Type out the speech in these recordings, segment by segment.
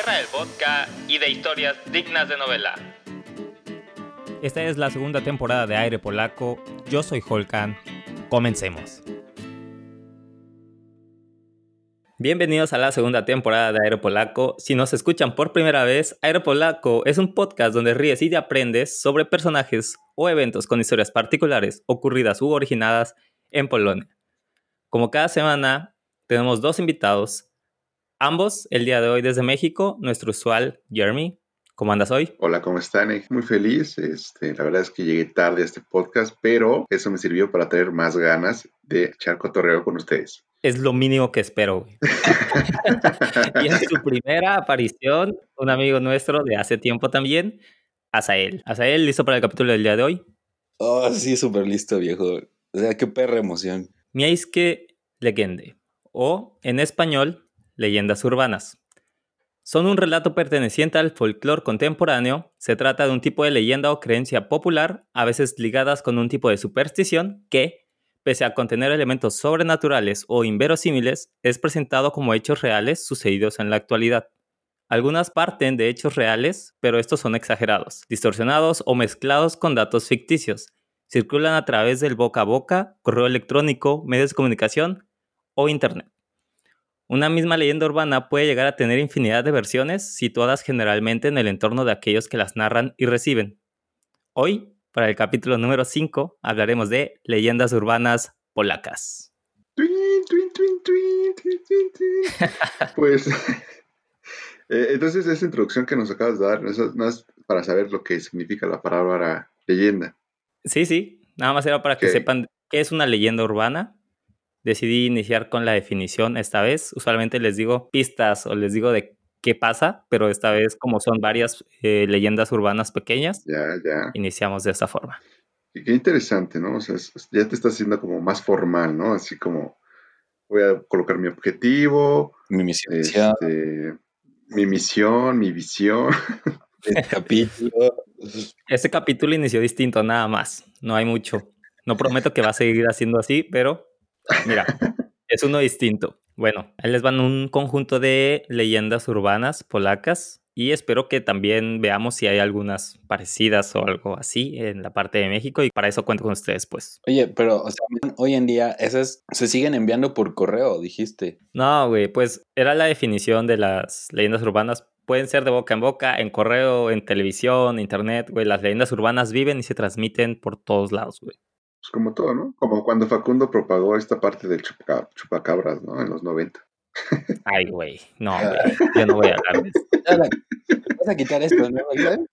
tierra del vodka y de historias dignas de novela. Esta es la segunda temporada de Aire Polaco. Yo soy Holkan. Comencemos. Bienvenidos a la segunda temporada de Aire Polaco. Si nos escuchan por primera vez, Aire Polaco es un podcast donde ríes y te aprendes sobre personajes o eventos con historias particulares ocurridas u originadas en Polonia. Como cada semana, tenemos dos invitados. Ambos, el día de hoy desde México, nuestro usual Jeremy. ¿Cómo andas hoy? Hola, ¿cómo están? Muy feliz. La verdad es que llegué tarde a este podcast, pero eso me sirvió para tener más ganas de echar cotorreo con ustedes. Es lo mínimo que espero, güey. Y en su primera aparición, un amigo nuestro de hace tiempo también, Azael. Azael, ¿listo para el capítulo del día de hoy? Oh, sí, súper listo, viejo. O sea, qué perra emoción. Miejskie Legende, o en español, leyendas urbanas. Son un relato perteneciente al folclore contemporáneo. Se trata de un tipo de leyenda o creencia popular, a veces ligadas con un tipo de superstición que, pese a contener elementos sobrenaturales o inverosímiles, es presentado como hechos reales sucedidos en la actualidad. Algunas parten de hechos reales, pero estos son exagerados, distorsionados o mezclados con datos ficticios. Circulan a través del boca a boca, correo electrónico, medios de comunicación o internet. Una misma leyenda urbana puede llegar a tener infinidad de versiones, situadas generalmente en el entorno de aquellos que las narran y reciben. Hoy, para el capítulo número 5, hablaremos de leyendas urbanas polacas. Pues, entonces esa introducción que nos acabas de dar, eso no es para saber lo que significa la palabra leyenda. Sí, nada más era para que sepan qué es una leyenda urbana. Decidí iniciar con la definición esta vez. Usualmente les digo pistas o les digo de qué pasa, pero esta vez, como son varias leyendas urbanas pequeñas, iniciamos de esta forma. Qué interesante, ¿no? O sea, ya te está haciendo como más formal, ¿no? Así como voy a colocar mi objetivo, mi misión, mi misión, mi visión. Este capítulo inició distinto, nada más. No hay mucho. No prometo que va a seguir haciendo así, pero mira, es uno distinto. Bueno, ahí les van un conjunto de leyendas urbanas polacas y espero que también veamos si hay algunas parecidas o algo así en la parte de México, y para eso cuento con ustedes, pues. Oye, pero o sea, hoy en día esas se siguen enviando por correo, dijiste. No, güey, pues era la definición de las leyendas urbanas. Pueden ser de boca en boca, en correo, en televisión, internet, güey. Las leyendas urbanas viven y se transmiten por todos lados, güey. Pues como todo, ¿no? Como cuando Facundo propagó esta parte del chupacabras, ¿no? En los 90. Ay, güey. No, güey. Yo no voy a hablar de eso. ¿Vas a quitar esto, no?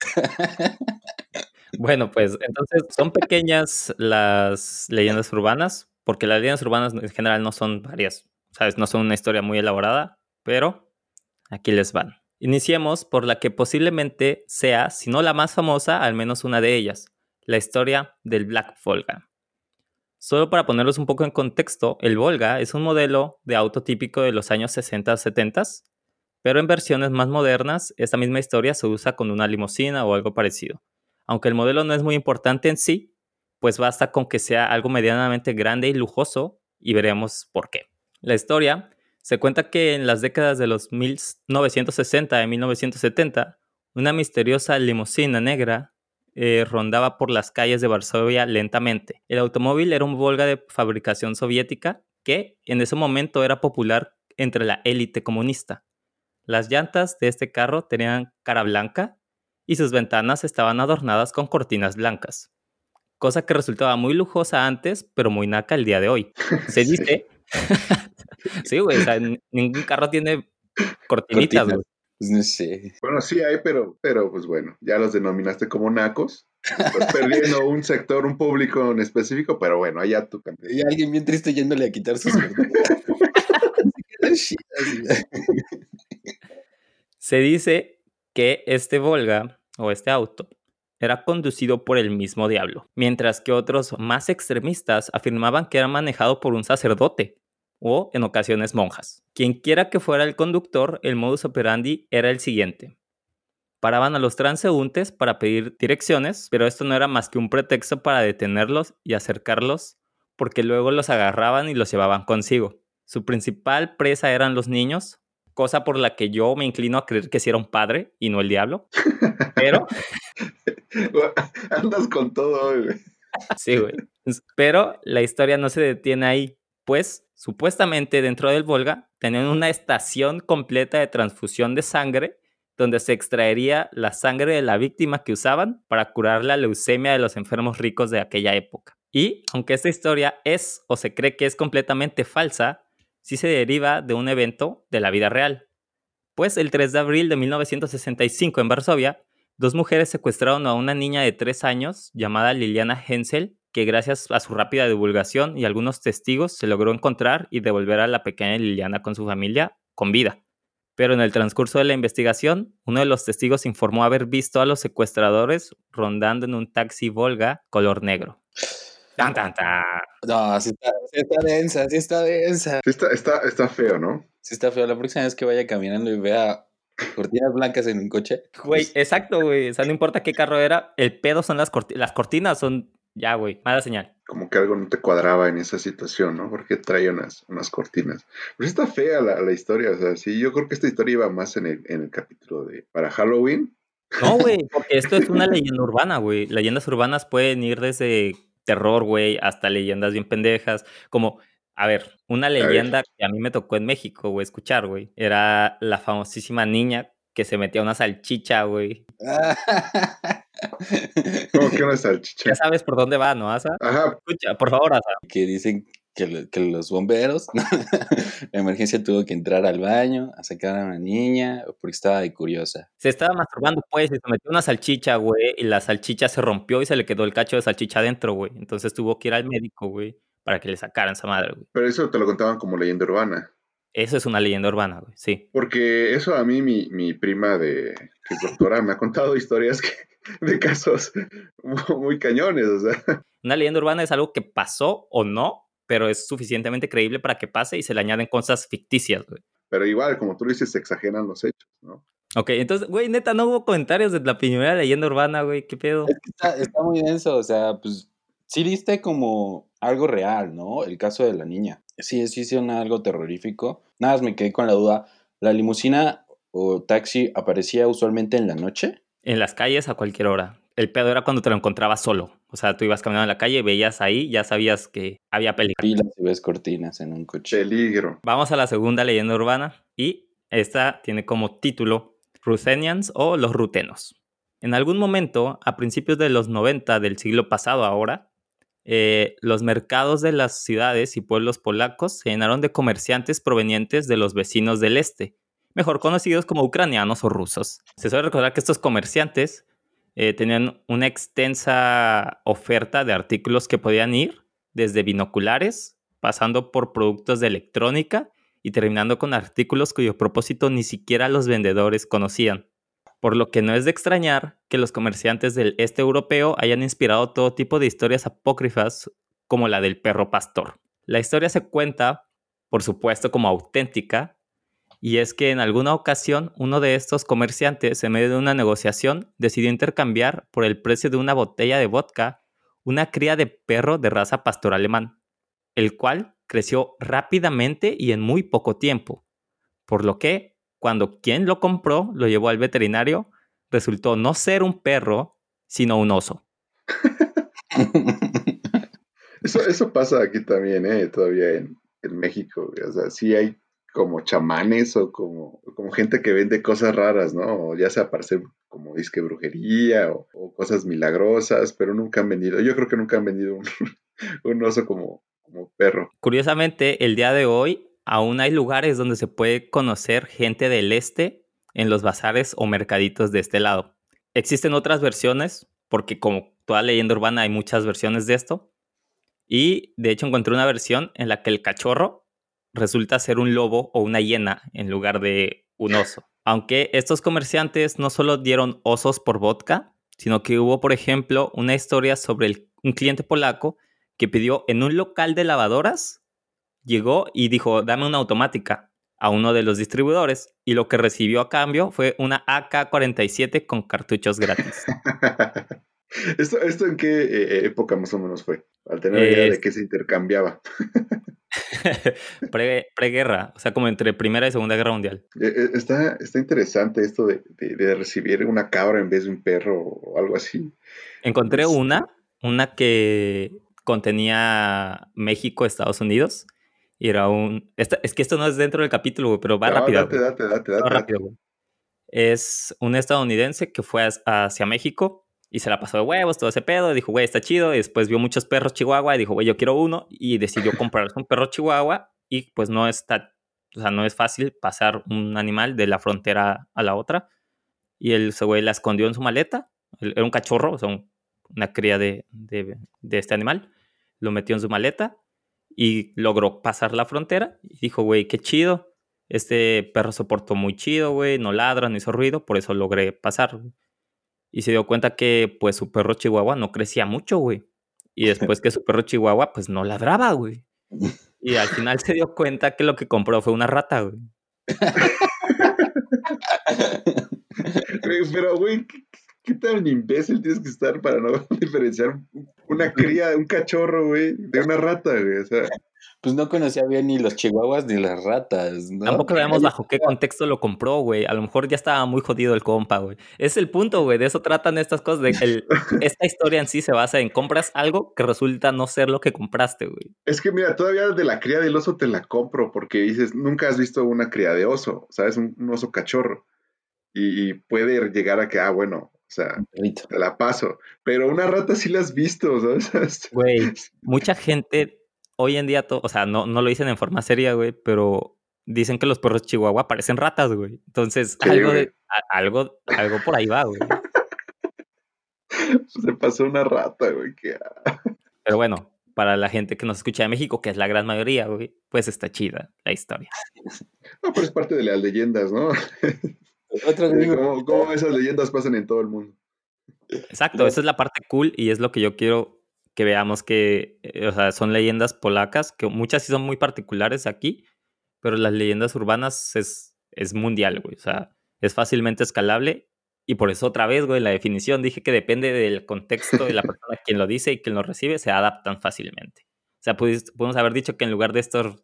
Bueno, pues entonces son pequeñas las leyendas urbanas, porque las leyendas urbanas en general no son varias, ¿sabes? No son una historia muy elaborada, pero aquí les van. Iniciemos por la que posiblemente sea, si no la más famosa, al menos una de ellas, la historia del Black Volga. Solo para ponerlos un poco en contexto, el Volga es un modelo de auto típico de los años 60-70, pero en versiones más modernas, esta misma historia se usa con una limusina o algo parecido. Aunque el modelo no es muy importante en sí, pues basta con que sea algo medianamente grande y lujoso, y veremos por qué. La historia se cuenta que en las décadas de los 1960 y 1970, una misteriosa limusina negra rondaba por las calles de Varsovia lentamente. El automóvil era un Volga de fabricación soviética que en ese momento era popular entre la élite comunista. Las llantas de este carro tenían cara blanca y sus ventanas estaban adornadas con cortinas blancas, cosa que resultaba muy lujosa antes, pero muy naca el día de hoy. Se dice... Sí, güey, o sea, ningún carro tiene cortinitas, güey. No sé. Bueno, sí hay, pero pues bueno, ya los denominaste como nacos. Estás perdiendo un sector, un público en específico, pero bueno, allá tú campeón. Y alguien bien triste yéndole a quitar sus Se dice que este Volga, o este auto, era conducido por el mismo diablo, mientras que otros más extremistas afirmaban que era manejado por un sacerdote, o en ocasiones monjas. Quienquiera que fuera el conductor, el modus operandi era el siguiente. Paraban a los transeúntes para pedir direcciones, pero esto no era más que un pretexto para detenerlos y acercarlos, porque luego los agarraban y los llevaban consigo. Su principal presa eran los niños, cosa por la que yo me inclino a creer que sí era un padre y no el diablo. Pero, Andas con todo, güey. sí, güey. Pero la historia no se detiene ahí, pues supuestamente dentro del Volga tenían una estación completa de transfusión de sangre donde se extraería la sangre de la víctima que usaban para curar la leucemia de los enfermos ricos de aquella época. Y aunque esta historia es o se cree que es completamente falsa, sí se deriva de un evento de la vida real. Pues el 3 de abril de 1965 en Varsovia, 2 mujeres secuestraron a una niña de 3 años llamada Liliana Hensel, que gracias a su rápida divulgación y algunos testigos se logró encontrar y devolver a la pequeña Liliana con su familia con vida. Pero en el transcurso de la investigación, uno de los testigos informó haber visto a los secuestradores rondando en un taxi Volga color negro. ¡Tan, tan, tan! No, sí está densa, sí está densa. Sí, está feo, ¿no? Sí está feo. La próxima vez que vaya caminando y vea cortinas blancas en un coche. Güey, pues, exacto, güey. O sea, no importa qué carro era, el pedo son las cortinas, son... Ya, güey, mala señal. Como que algo no te cuadraba en esa situación, ¿no? Porque trae unas cortinas. Pues está fea la historia, o sea, sí, yo creo que esta historia iba más en el capítulo de para Halloween. No, güey, porque esto es una leyenda urbana, güey. Leyendas urbanas pueden ir desde terror, güey, hasta leyendas bien pendejas. Como, a ver, una A ver, leyenda que a mí me tocó en México, güey, escuchar, güey. Era la famosísima niña que se metía una salchicha, güey. ¿cómo que una Ya salchicha? sabes por dónde va, ¿no, Asa? Ajá, Escucha, por favor, Asa. que dicen que los bomberos, la emergencia tuvo que entrar al baño a sacar a una niña porque estaba de curiosa. Se estaba masturbando, pues, y se metió una salchicha, güey, y la salchicha se rompió y se le quedó el cacho de salchicha adentro, güey. Entonces tuvo que ir al médico, güey, para que le sacaran esa madre, güey. pero eso te lo contaban como leyenda urbana. Eso es una leyenda urbana, güey, sí. Porque eso a mí, mi prima que es doctora, me ha contado historias de casos muy cañones, o sea. Una leyenda urbana es algo que pasó o no, pero es suficientemente creíble para que pase y se le añaden cosas ficticias, güey. Pero igual, como tú dices, se exageran los hechos, ¿no? Ok, entonces, güey, neta, no hubo comentarios de la primera leyenda urbana, güey, ¿qué pedo? Es que está muy denso, o sea, pues sí viste como algo real, ¿no? El caso de la niña. Sí suena algo terrorífico. Nada más me quedé con la duda. ¿La limusina o taxi aparecía usualmente en la noche? En las calles a cualquier hora. El pedo era cuando te lo encontrabas solo. O sea, tú ibas caminando en la calle, veías ahí, ya sabías que había peligro. Pilas y ves cortinas en un coche. Peligro. Vamos a la segunda leyenda urbana y esta tiene como título Ruthenians o los rutenos. En algún momento, a principios de los 90 del siglo pasado ahora, los mercados de las ciudades y pueblos polacos se llenaron de comerciantes provenientes de los vecinos del este, mejor conocidos como ucranianos o rusos. Se suele recordar que estos comerciantes tenían una extensa oferta de artículos que podían ir desde binoculares, pasando por productos de electrónica y terminando con artículos cuyo propósito ni siquiera los vendedores conocían. Por lo que no es de extrañar que los comerciantes del este europeo hayan inspirado todo tipo de historias apócrifas como la del perro pastor. La historia se cuenta, por supuesto, como auténtica, y es que en alguna ocasión uno de estos comerciantes, en medio de una negociación, decidió intercambiar por el precio de una botella de vodka una cría de perro de raza pastor alemán, el cual creció rápidamente y en muy poco tiempo, por lo que cuando quien lo compró lo llevó al veterinario, resultó no ser un perro, sino un oso. Eso pasa aquí también, todavía en México, güey. O sea, sí hay como chamanes o como gente que vende cosas raras, ¿no? O ya sea para hacer como disque brujería o cosas milagrosas, pero nunca han vendido, yo creo que nunca han vendido un oso como perro. Curiosamente, el día de hoy aún hay lugares donde se puede conocer gente del este en los bazares o mercaditos de este lado. Existen otras versiones, porque como toda leyenda urbana hay muchas versiones de esto, y de hecho encontré una versión en la que el cachorro resulta ser un lobo o una hiena en lugar de un oso. Aunque estos comerciantes no solo dieron osos por vodka, sino que hubo, por ejemplo, una historia sobre un cliente polaco que pidió en un local de lavadoras, llegó y dijo, dame una automática a uno de los distribuidores, y lo que recibió a cambio fue una AK-47 con cartuchos gratis. ¿Esto en qué época más o menos fue? Al tener idea de que se intercambiaba. Preguerra, o sea, como entre Primera y Segunda Guerra Mundial. Está interesante esto de recibir una cabra en vez de un perro o algo así. Encontré una que contenía México, Estados Unidos, y era es que esto no es dentro del capítulo, güey, pero va No, rápido, date, güey. date, date, Va date, rápido, date. güey. Es un estadounidense que fue hacia México y se la pasó de huevos, todo ese pedo, y dijo, güey, está chido, y después vio muchos perros chihuahua y dijo, güey, yo quiero uno, y decidió comprarse un perro chihuahua, y pues no es fácil pasar un animal de la frontera a la otra, y ese güey la escondió en su maleta, era un cachorro, o sea, una cría de este animal, lo metió en su maleta y logró pasar la frontera, y dijo, güey, qué chido, este perro se portó muy chido, güey, no ladra, no hizo ruido, por eso logré pasar, güey. Y se dio cuenta que, pues, su perro chihuahua no crecía mucho, güey. Y después que su perro chihuahua, pues, no ladraba, güey. Y al final se dio cuenta que lo que compró fue una rata, güey. Pero, güey, ¿qué tan imbécil tienes que estar para no diferenciar una cría, un cachorro, güey, de una rata, güey? O sea, Pues no conocía bien ni los chihuahuas ni las ratas, ¿no? Tampoco sabemos bajo qué contexto lo compró, güey. A lo mejor ya estaba muy jodido el compa, güey. Es el punto, güey. De eso tratan estas cosas. Esta historia en sí se basa en compras algo que resulta no ser lo que compraste, güey. es que mira, todavía de la cría del oso te la compro porque dices, nunca has visto una cría de oso, ¿sabes? Un oso cachorro. Y puede llegar a que, bueno, o sea, Perrito. te la paso. Pero una rata sí la has visto, ¿sabes? Güey, mucha gente hoy en día, o sea, no lo dicen en forma seria, güey, pero dicen que los perros chihuahua parecen ratas, güey. Entonces, Sí, güey. algo por ahí va, güey. Se pasó una rata, güey. Pero bueno, para la gente que nos escucha de México, que es la gran mayoría, güey, pues está chida la historia. No, pero es parte de las leyendas, ¿no? Otro gringo. ¿Cómo esas leyendas pasan en todo el mundo? Exacto, esa es la parte cool y es lo que yo quiero que veamos que, o sea, son leyendas polacas, que muchas sí son muy particulares aquí, pero las leyendas urbanas es mundial, güey, o sea, es fácilmente escalable y por eso otra vez, güey, la definición dije que depende del contexto de la persona quien lo dice y quien lo recibe, se adaptan fácilmente. O sea, podemos haber dicho que en lugar de estos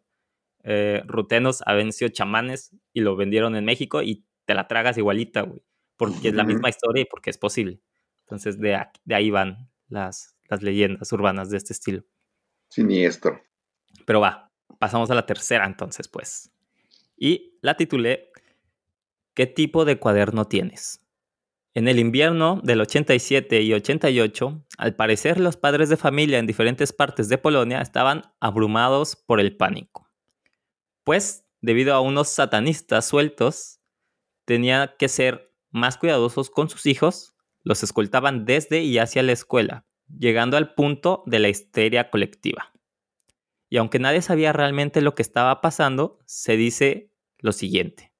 rutenos habían sido chamanes y lo vendieron en México y te la tragas igualita, güey, porque es la misma historia y porque es posible. Entonces, de ahí van las leyendas urbanas de este estilo. Siniestro. Pero pasamos a la tercera entonces, pues. Y la titulé ¿Qué tipo de cuaderno tienes? En el invierno del 87 y 88, al parecer los padres de familia en diferentes partes de Polonia estaban abrumados por el pánico. Pues, debido a unos satanistas sueltos, tenían que ser más cuidadosos con sus hijos, los escoltaban desde y hacia la escuela, llegando al punto de la histeria colectiva. Y aunque nadie sabía realmente lo que estaba pasando, se dice lo siguiente.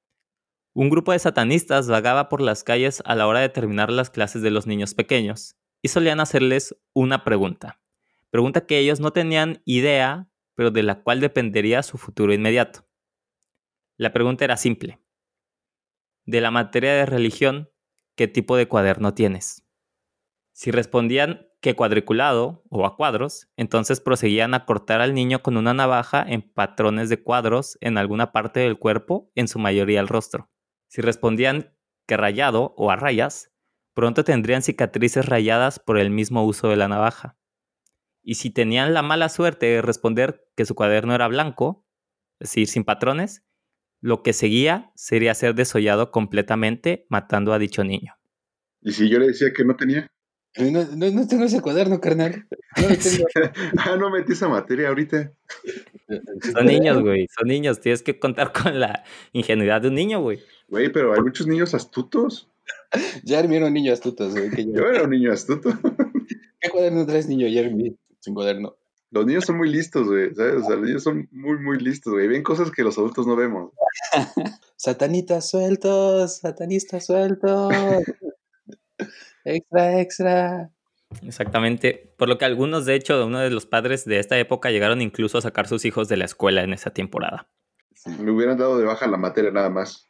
Un grupo de satanistas vagaba por las calles a la hora de terminar las clases de los niños pequeños y solían hacerles una pregunta. Pregunta que ellos no tenían idea, pero de la cual dependería su futuro inmediato. La pregunta era simple. De la materia de religión, ¿qué tipo de cuaderno tienes? Si respondían que cuadriculado o a cuadros, entonces proseguían a cortar al niño con una navaja en patrones de cuadros en alguna parte del cuerpo, en su mayoría el rostro. Si respondían que rayado o a rayas, pronto tendrían cicatrices rayadas por el mismo uso de la navaja. Y si tenían la mala suerte de responder que su cuaderno era blanco, es decir, sin patrones, lo que seguía sería ser desollado completamente, matando a dicho niño. ¿Y si yo le decía que no tenía? No tengo ese cuaderno, carnal. No lo tengo. No metí esa materia ahorita. Son niños, güey, son niños. Tienes que contar con la ingenuidad de un niño, güey. Güey, pero hay muchos niños astutos. Jeremy era un niño astuto, güey. Yo era un niño astuto. ¿Qué cuaderno traes, niño Jeremy? Sin cuaderno. Los niños son muy listos, güey, ¿sabes? O sea, los niños son muy, muy listos, güey. Ven cosas que los adultos no vemos. Satanistas sueltos, satanistas sueltos. Extra, extra. Exactamente. Por lo que algunos, de hecho, uno de los padres de esta época llegaron incluso a sacar sus hijos de la escuela en esa temporada. Me hubieran dado de baja la materia nada más.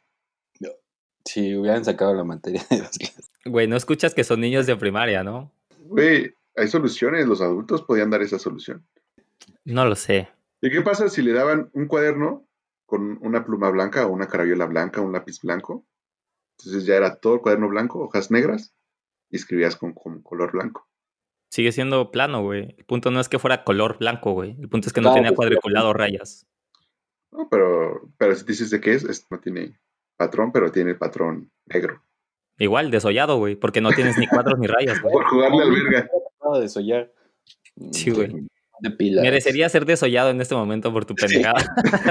Si hubieran sacado la materia de las clases. Güey, no escuchas que son niños de primaria, ¿no? Güey, hay soluciones. Los adultos podían dar esa solución. No lo sé. ¿Y qué pasa si le daban un cuaderno con una pluma blanca o una carayola blanca, un lápiz blanco? Entonces ya era todo el cuaderno blanco, hojas negras, y escribías con color blanco. Sigue siendo plano, güey. El punto no es que fuera color blanco, güey. El punto es que no Claro, tenía cuadriculado rayas. No, pero si dices de qué es, no tiene patrón, pero tiene patrón negro. Igual, desollado, güey, porque no tienes ni cuadros ni rayas, güey. Por jugarle al verga. de eso ya. Sí, güey. De pilas. Merecería ser desollado en este momento por tu pendejada.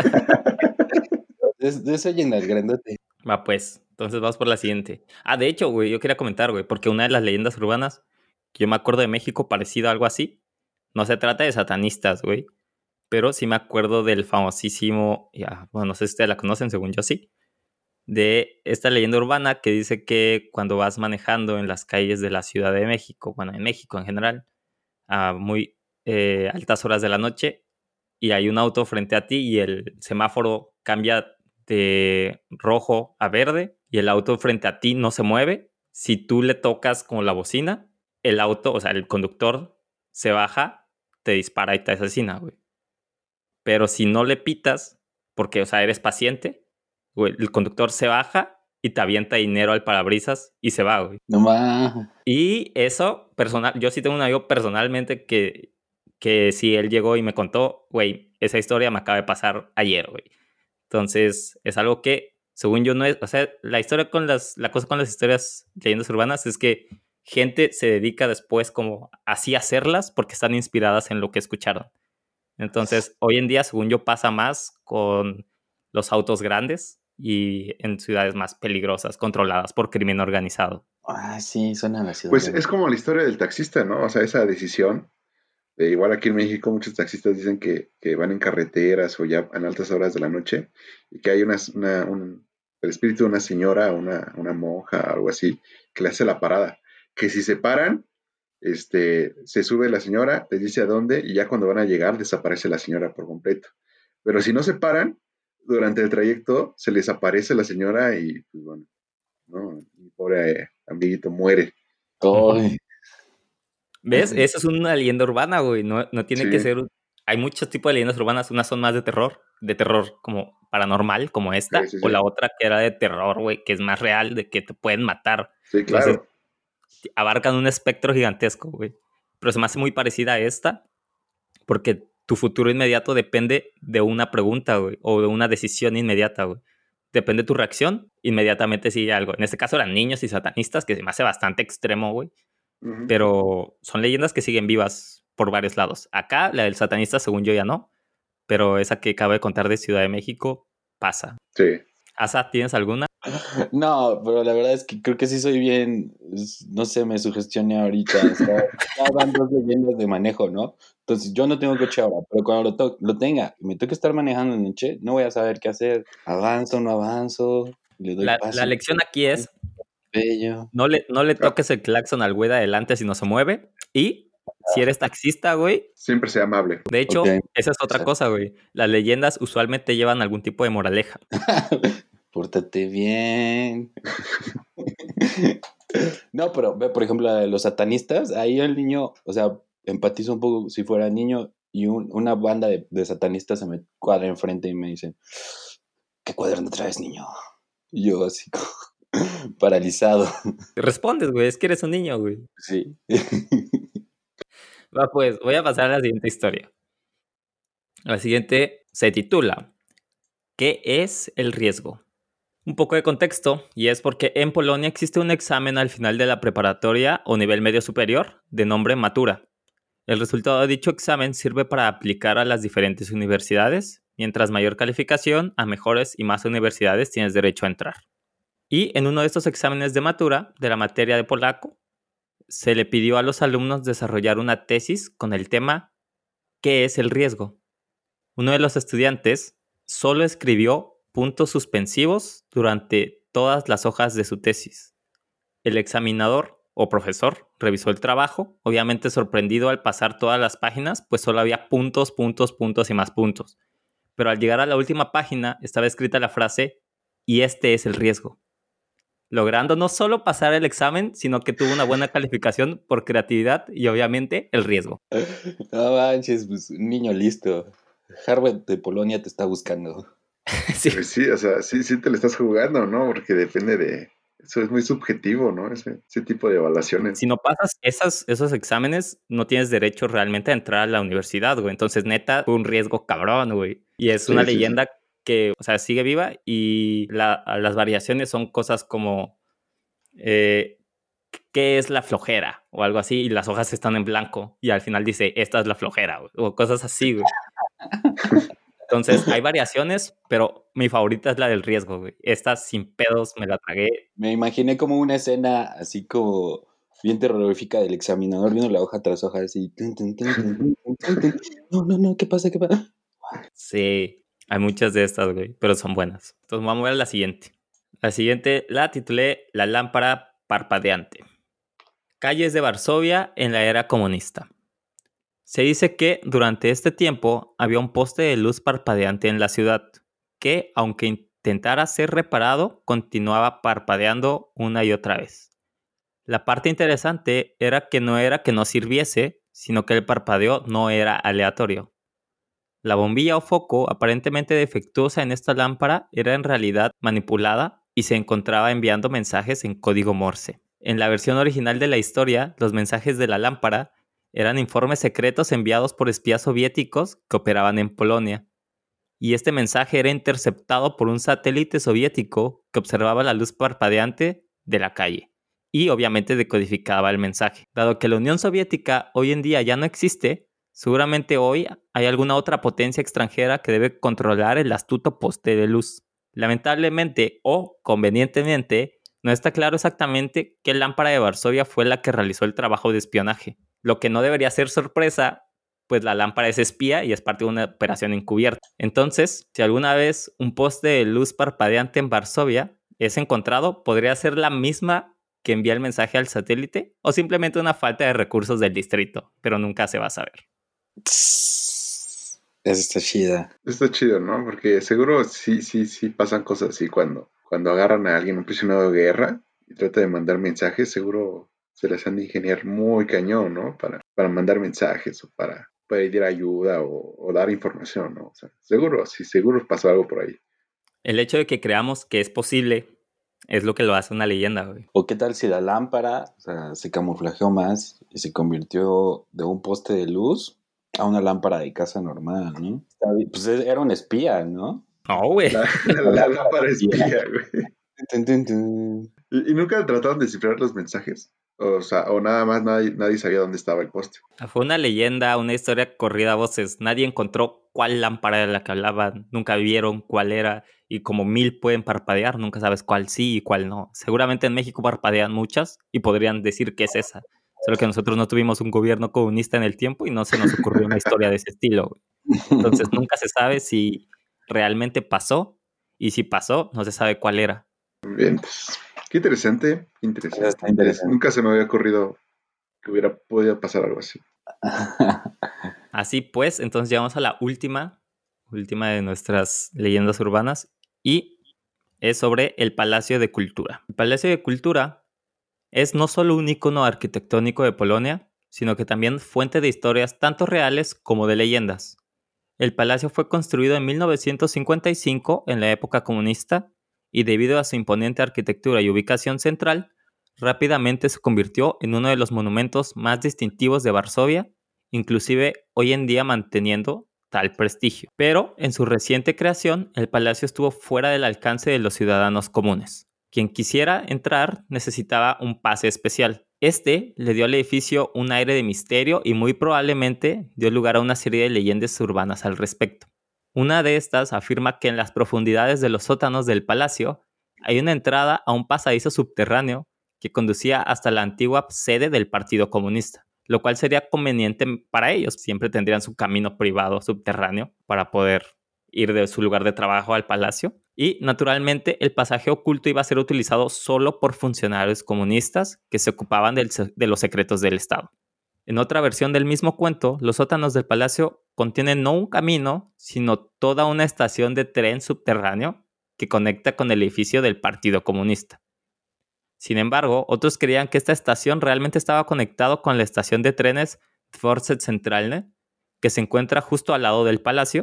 De eso llena el grandote. Va, pues. Entonces vamos por la siguiente. Ah, de hecho, güey, yo quería comentar, güey, porque una de las leyendas urbanas que yo me acuerdo de México parecido a algo así, no se trata de satanistas, güey, pero sí me acuerdo del famosísimo, ya, bueno, no sé si ustedes la conocen, según yo sí, de esta leyenda urbana que dice que cuando vas manejando en las calles de la Ciudad de México, bueno, en México en general, a muy altas horas de la noche, y hay un auto frente a ti y el semáforo cambia de rojo a verde y el auto frente a ti no se mueve, si tú le tocas como la bocina, el auto, o sea, el conductor se baja, te dispara y te asesina, güey. Pero si no le pitas, porque, o sea, eres paciente, güey, el conductor se baja y te avienta dinero al parabrisas y se va, güey. No más. Y eso, personal, yo sí tengo un amigo personalmente que si él llegó y me contó, güey, esa historia me acaba de pasar ayer, güey. Entonces, es algo que, según yo, no es, o sea, la cosa con las historias leyendas urbanas es que gente se dedica después como así a hacerlas porque están inspiradas en lo que escucharon. Entonces, hoy en día, según yo, pasa más con los autos grandes y en ciudades más peligrosas, controladas por crimen organizado. Ah, sí, suena a la ciudad. Pues es como la historia del taxista, ¿no? O sea, esa decisión. Igual aquí en México muchos taxistas dicen que van en carreteras o ya en altas horas de la noche y que hay el espíritu de una señora, una monja, algo así, que le hace la parada. Que si se paran, se sube la señora, les dice a dónde y ya cuando van a llegar desaparece la señora por completo. Pero si no se paran, durante el trayecto se les aparece la señora y pues bueno, ¿no? Mi pobre amiguito muere. Ay, ¿Ves? Esa es una leyenda urbana, güey. No tiene que Sí, ser. Hay muchos tipos de leyendas urbanas. Unas son más de terror como paranormal, como sí, esta, sí, o sí. la otra que era de terror, güey, que es más real, de que te pueden matar. Sí, Entonces, claro. abarcan un espectro gigantesco, güey. Pero se me hace muy parecida a esta, porque tu futuro inmediato depende de una pregunta, güey, o de una decisión inmediata, güey. Depende de tu reacción, inmediatamente sigue algo. En este caso eran niños y satanistas, que se me hace bastante extremo, güey. Ujú. Pero son leyendas que siguen vivas por varios lados. Acá, la del satanista, según yo, ya no. Pero esa que acabo de contar de Ciudad de México, pasa. Sí. ¿Asa, tienes alguna? no, pero la verdad es que creo que sí soy bien, no sé, me sugestioné ahorita. O sea, ya van dos leyendas de manejo, ¿no? Entonces yo no tengo coche ahora, pero cuando lo tenga y me toca estar manejando en noche, no voy a saber qué hacer. Avanzo, no avanzo, le doy La paso. lección aquí es, Bello. no le Ah, toques el claxon al güey de adelante si no se mueve. Y si eres taxista, güey, siempre sea amable. de Ok. hecho, esa es otra cosa, güey. Las leyendas usualmente llevan algún tipo de moraleja. Pórtate bien. No, pero ve, por ejemplo, la de los satanistas, ahí el niño, o sea, empatizo un poco si fuera niño y una banda de satanistas se me cuadra enfrente y me dicen, ¿qué cuaderno traes, niño? Y yo así como paralizado. Respondes, güey, es que eres un niño, güey. Sí. Va, pues, voy a pasar a la siguiente historia. La siguiente se titula ¿Qué es el riesgo? Un poco de contexto, y es porque en Polonia existe un examen al final de la preparatoria o nivel medio superior de nombre Matura. El resultado de dicho examen sirve para aplicar a las diferentes universidades, mientras mayor calificación, a mejores y más universidades tienes derecho a entrar. Y en uno de estos exámenes de Matura, de la materia de polaco, se le pidió a los alumnos desarrollar una tesis con el tema ¿qué es el riesgo? Uno de los estudiantes solo escribió puntos suspensivos durante todas las hojas de su tesis. El examinador o profesor revisó el trabajo, obviamente sorprendido al pasar todas las páginas, pues solo había puntos, puntos, puntos y más puntos. Pero al llegar a la última página estaba escrita la frase, y este es el riesgo. Logrando no solo pasar el examen, sino que tuvo una buena calificación por creatividad y obviamente el riesgo. No manches, pues un niño listo. Harvard de Polonia te está buscando. Sí. Pues sí, o sea, sí te lo estás jugando, ¿no? Porque depende de... Eso es muy subjetivo, ¿no? Ese tipo de evaluaciones. Si no pasas esos exámenes, no tienes derecho realmente a entrar a la universidad, güey. Entonces, neta, fue un riesgo cabrón, güey. Y es una Sí, sí, sí. leyenda que, o sea, sigue viva y las variaciones son cosas como eh, ¿qué es la flojera? O algo así, y las hojas están en blanco y al final dice, esta es la flojera, güey, o cosas así, güey. Entonces, hay variaciones, pero mi favorita es la del riesgo, güey. Esta sin pedos me la tragué. Me imaginé como una escena así como bien terrorífica del examinador viendo la hoja tras hoja así. Tun, tun, tun, tun, tun, tun, tun. No, ¿qué pasa? ¿Qué pasa? Sí, hay muchas de estas, güey, pero son buenas. Entonces, vamos a ver la siguiente. La siguiente la titulé La lámpara parpadeante. Calles de Varsovia en la era comunista. Se dice que durante este tiempo había un poste de luz parpadeante en la ciudad, que, aunque intentara ser reparado, continuaba parpadeando una y otra vez. La parte interesante era que no sirviese, sino que el parpadeo no era aleatorio. La bombilla o foco aparentemente defectuosa en esta lámpara era en realidad manipulada y se encontraba enviando mensajes en código Morse. En la versión original de la historia, los mensajes de la lámpara eran informes secretos enviados por espías soviéticos que operaban en Polonia. Y este mensaje era interceptado por un satélite soviético que observaba la luz parpadeante de la calle y obviamente decodificaba el mensaje. Dado que la Unión Soviética hoy en día ya no existe, seguramente hoy hay alguna otra potencia extranjera que debe controlar el astuto poste de luz. Lamentablemente o convenientemente, no está claro exactamente qué lámpara de Varsovia fue la que realizó el trabajo de espionaje, lo que no debería ser sorpresa, pues la lámpara es espía y es parte de una operación encubierta. Entonces, si alguna vez un poste de luz parpadeante en Varsovia es encontrado, podría ser la misma que envía el mensaje al satélite o simplemente una falta de recursos del distrito, pero nunca se va a saber. Esa está chida. Está chido, ¿no? Porque seguro sí pasan cosas así cuando agarran a alguien, un prisionero de guerra, y trata de mandar mensajes, seguro se les han de ingeniar muy cañón, ¿no? Para mandar mensajes o para pedir ayuda o dar información, ¿no? O sea, seguro pasó algo por ahí. El hecho de que creamos que es posible es lo que lo hace una leyenda, güey. ¿O qué tal si la lámpara, o sea, se camuflajeó más y se convirtió de un poste de luz a una lámpara de casa normal, ¿no? Pues era un espía, ¿no? No, güey. La lámpara espía, güey. Tun, tun, tun. ¿Y nunca trataron de descifrar los mensajes? O sea, o nada más nadie sabía dónde estaba el poste. Fue una leyenda, una historia corrida a voces. Nadie encontró cuál lámpara era la que hablaban, nunca vieron cuál era, y como 1000 pueden parpadear, nunca sabes cuál sí y cuál no. Seguramente en México parpadean muchas y podrían decir que es esa. Solo que nosotros no tuvimos un gobierno comunista en el tiempo y no se nos ocurrió una historia de ese estilo, güey. Entonces nunca se sabe si realmente pasó, y si pasó, no se sabe cuál era. Bien, pues, qué interesante, Eso está interesante. Nunca se me había ocurrido que hubiera podido pasar algo así. Así pues, entonces llegamos a la última de nuestras leyendas urbanas y es sobre el Palacio de Cultura. El Palacio de Cultura es no solo un icono arquitectónico de Polonia, sino que también fuente de historias tanto reales como de leyendas. El palacio fue construido en 1955 en la época comunista y debido a su imponente arquitectura y ubicación central, rápidamente se convirtió en uno de los monumentos más distintivos de Varsovia, inclusive hoy en día manteniendo tal prestigio. Pero en su reciente creación, el palacio estuvo fuera del alcance de los ciudadanos comunes. Quien quisiera entrar necesitaba un pase especial. Este le dio al edificio un aire de misterio y muy probablemente dio lugar a una serie de leyendas urbanas al respecto. Una de estas afirma que en las profundidades de los sótanos del palacio hay una entrada a un pasadizo subterráneo que conducía hasta la antigua sede del Partido Comunista, lo cual sería conveniente para ellos. Siempre tendrían su camino privado subterráneo para poder ir de su lugar de trabajo al palacio. Y naturalmente el pasaje oculto iba a ser utilizado solo por funcionarios comunistas que se ocupaban de los secretos del Estado. En otra versión del mismo cuento, los sótanos del palacio contienen no un camino, sino toda una estación de tren subterráneo que conecta con el edificio del Partido Comunista. Sin embargo, otros creían que esta estación realmente estaba conectada con la estación de trenes Dworzec Centralny, que se encuentra justo al lado del palacio,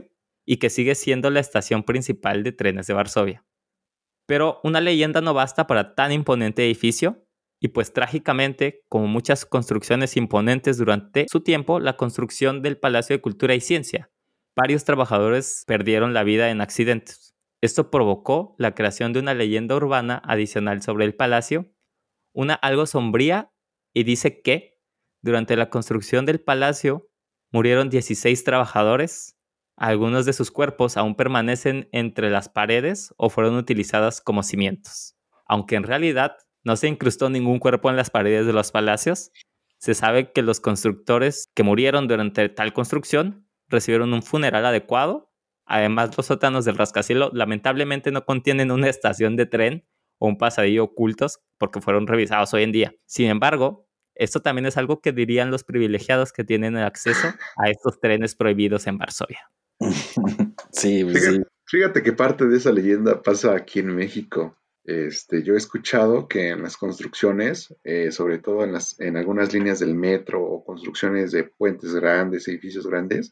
y que sigue siendo la estación principal de trenes de Varsovia. Pero una leyenda no basta para tan imponente edificio, y pues trágicamente, como muchas construcciones imponentes durante su tiempo, la construcción del Palacio de Cultura y Ciencia, varios trabajadores perdieron la vida en accidentes. Esto provocó la creación de una leyenda urbana adicional sobre el palacio, una algo sombría, y dice que durante la construcción del palacio murieron 16 trabajadores. Algunos de sus cuerpos aún permanecen entre las paredes o fueron utilizadas como cimientos. Aunque en realidad no se incrustó ningún cuerpo en las paredes de los palacios, se sabe que los constructores que murieron durante tal construcción recibieron un funeral adecuado. Además, los sótanos del rascacielos lamentablemente no contienen una estación de tren o un pasadillo ocultos porque fueron revisados hoy en día. Sin embargo, esto también es algo que dirían los privilegiados que tienen el acceso a estos trenes prohibidos en Varsovia. Sí, pues sí. Fíjate que parte de esa leyenda pasa aquí en México. Yo he escuchado que en las construcciones, sobre todo en algunas líneas del metro o construcciones de puentes grandes, edificios grandes,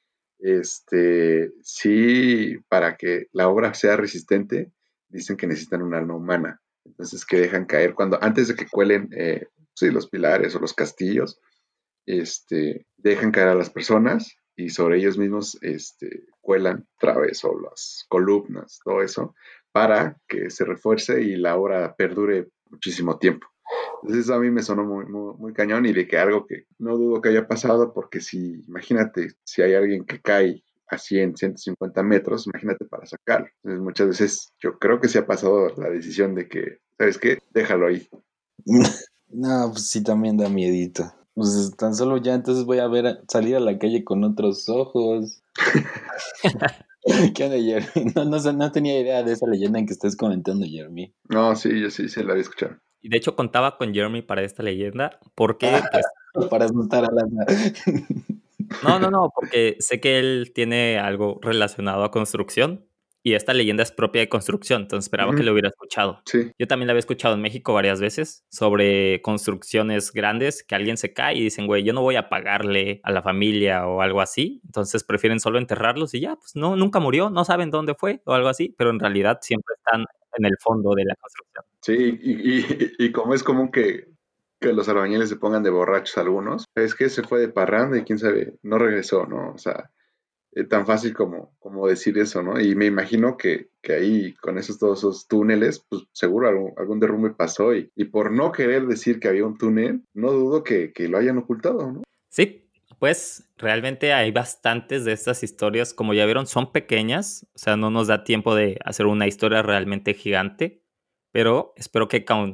sí, para que la obra sea resistente, dicen que necesitan un alma humana. Entonces, que dejan caer antes de que cuelen, sí, los pilares o los castillos, dejan caer a las personas y sobre ellos mismos, cuelan otra vez o las columnas, todo eso, para que se refuerce y la obra perdure muchísimo tiempo. Entonces a mí me sonó muy, muy, muy cañón y de que algo que no dudo que haya pasado, porque si, imagínate, si hay alguien que cae a 100, 150 metros, imagínate para sacarlo. Entonces muchas veces yo creo que se ha pasado la decisión de que, ¿sabes qué? Déjalo ahí. No, pues sí, también da miedito. Pues tan solo ya entonces voy a salir a la calle con otros ojos. ¿Qué onda, Jeremy? No tenía idea de esa leyenda en que estás comentando, Jeremy. No, sí, yo sí la había escuchado. Y de hecho contaba con Jeremy para esta leyenda porque, pues... Para asustar a las... No, porque sé que él tiene algo relacionado a construcción y esta leyenda es propia de construcción, entonces esperaba que lo hubiera escuchado. Sí. Yo también la había escuchado en México varias veces sobre construcciones grandes que alguien se cae y dicen, güey, yo no voy a pagarle a la familia o algo así, entonces prefieren solo enterrarlos y ya, pues no, nunca murió, no saben dónde fue o algo así, pero en realidad siempre están en el fondo de la construcción. Sí, y como es común que los albañiles se pongan de borrachos algunos, es que se fue de parranda y quién sabe, no regresó, ¿no? O sea, tan fácil como decir eso, ¿no? Y me imagino que ahí, con todos esos túneles, pues seguro algún derrumbe pasó y por no querer decir que había un túnel, no dudo que lo hayan ocultado, ¿no? Sí, pues realmente hay bastantes de estas historias, como ya vieron, son pequeñas, o sea, no nos da tiempo de hacer una historia realmente gigante, pero espero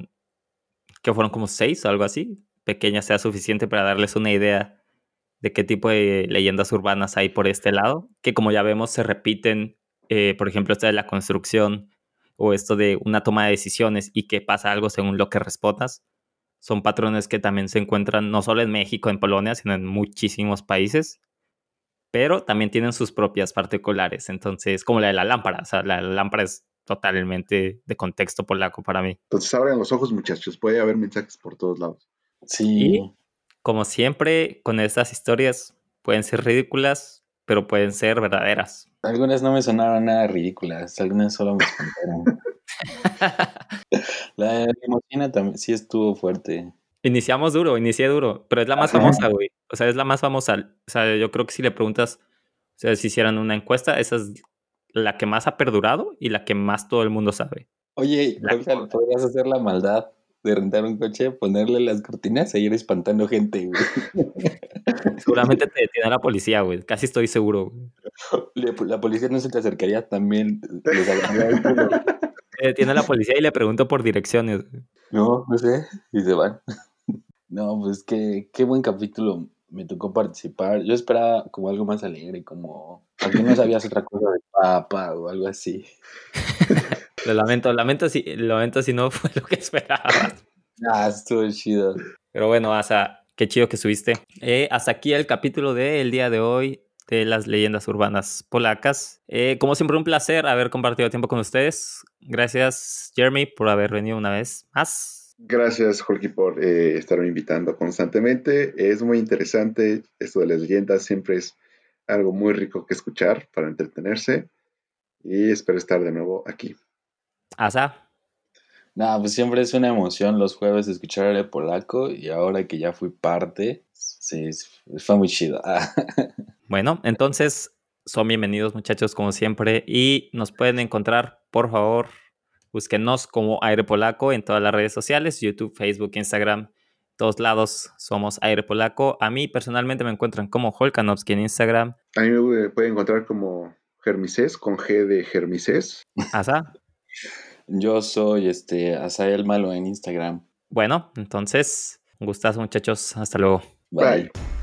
que fueron como 6 o algo así, pequeña sea suficiente para darles una idea de qué tipo de leyendas urbanas hay por este lado, que como ya vemos se repiten, por ejemplo, esta de la construcción o esto de una toma de decisiones y que pasa algo según lo que respondas. Son patrones que también se encuentran no solo en México, en Polonia, sino en muchísimos países, pero también tienen sus propias particulares. Entonces, como la de la lámpara, o sea, la lámpara es totalmente de contexto polaco para mí. Entonces abran los ojos, muchachos, puede haber mensajes por todos lados. Sí. Y como siempre, con estas historias pueden ser ridículas, pero pueden ser verdaderas. Algunas no me sonaron nada ridículas, algunas solo me espantaron. La de la limusina también sí estuvo fuerte. Inicié duro, pero es la más famosa, güey. O sea, es la más famosa. O sea, yo creo que si le preguntas, o sea, si hicieran una encuesta, esa es la que más ha perdurado y la que más todo el mundo sabe. Oye, Jorge, ¿podrías hacer la maldad de rentar un coche, ponerle las cortinas e ir espantando gente, güey? Seguramente te detiene la policía, güey. Casi estoy seguro, güey. La policía no se te acercaría también, los agarraría. Te detiene la policía y le pregunto por direcciones, güey. No sé, y se van. No, pues qué buen capítulo me tocó participar. Yo esperaba como algo más alegre, como aquí no sabías otra cosa de papa o algo así. Lo lamento si no fue lo que esperaba. Estuvo chido. Pero bueno, Asa, qué chido que subiste. Hasta aquí el capítulo del día de hoy de las leyendas urbanas polacas. Como siempre, un placer haber compartido tiempo con ustedes. Gracias, Jeremy, por haber venido una vez más. Gracias, Jorge, por estarme invitando constantemente. Es muy interesante esto de las leyendas, siempre es algo muy rico que escuchar para entretenerse y espero estar de nuevo aquí. Asa. No, pues siempre es una emoción los jueves escuchar Aire Polaco y ahora que ya fui parte, sí, fue muy chido. Bueno, entonces son bienvenidos muchachos como siempre y nos pueden encontrar, por favor, búsquenos como Aire Polaco en todas las redes sociales, YouTube, Facebook, Instagram, todos lados somos Aire Polaco. A mí personalmente me encuentran como Holkanovsky en Instagram. A mí me pueden encontrar como Germisés, con G de Germisés. Asa. Yo soy Asael Malo en Instagram. Bueno, entonces, un gustazo muchachos, hasta luego. Bye. Bye.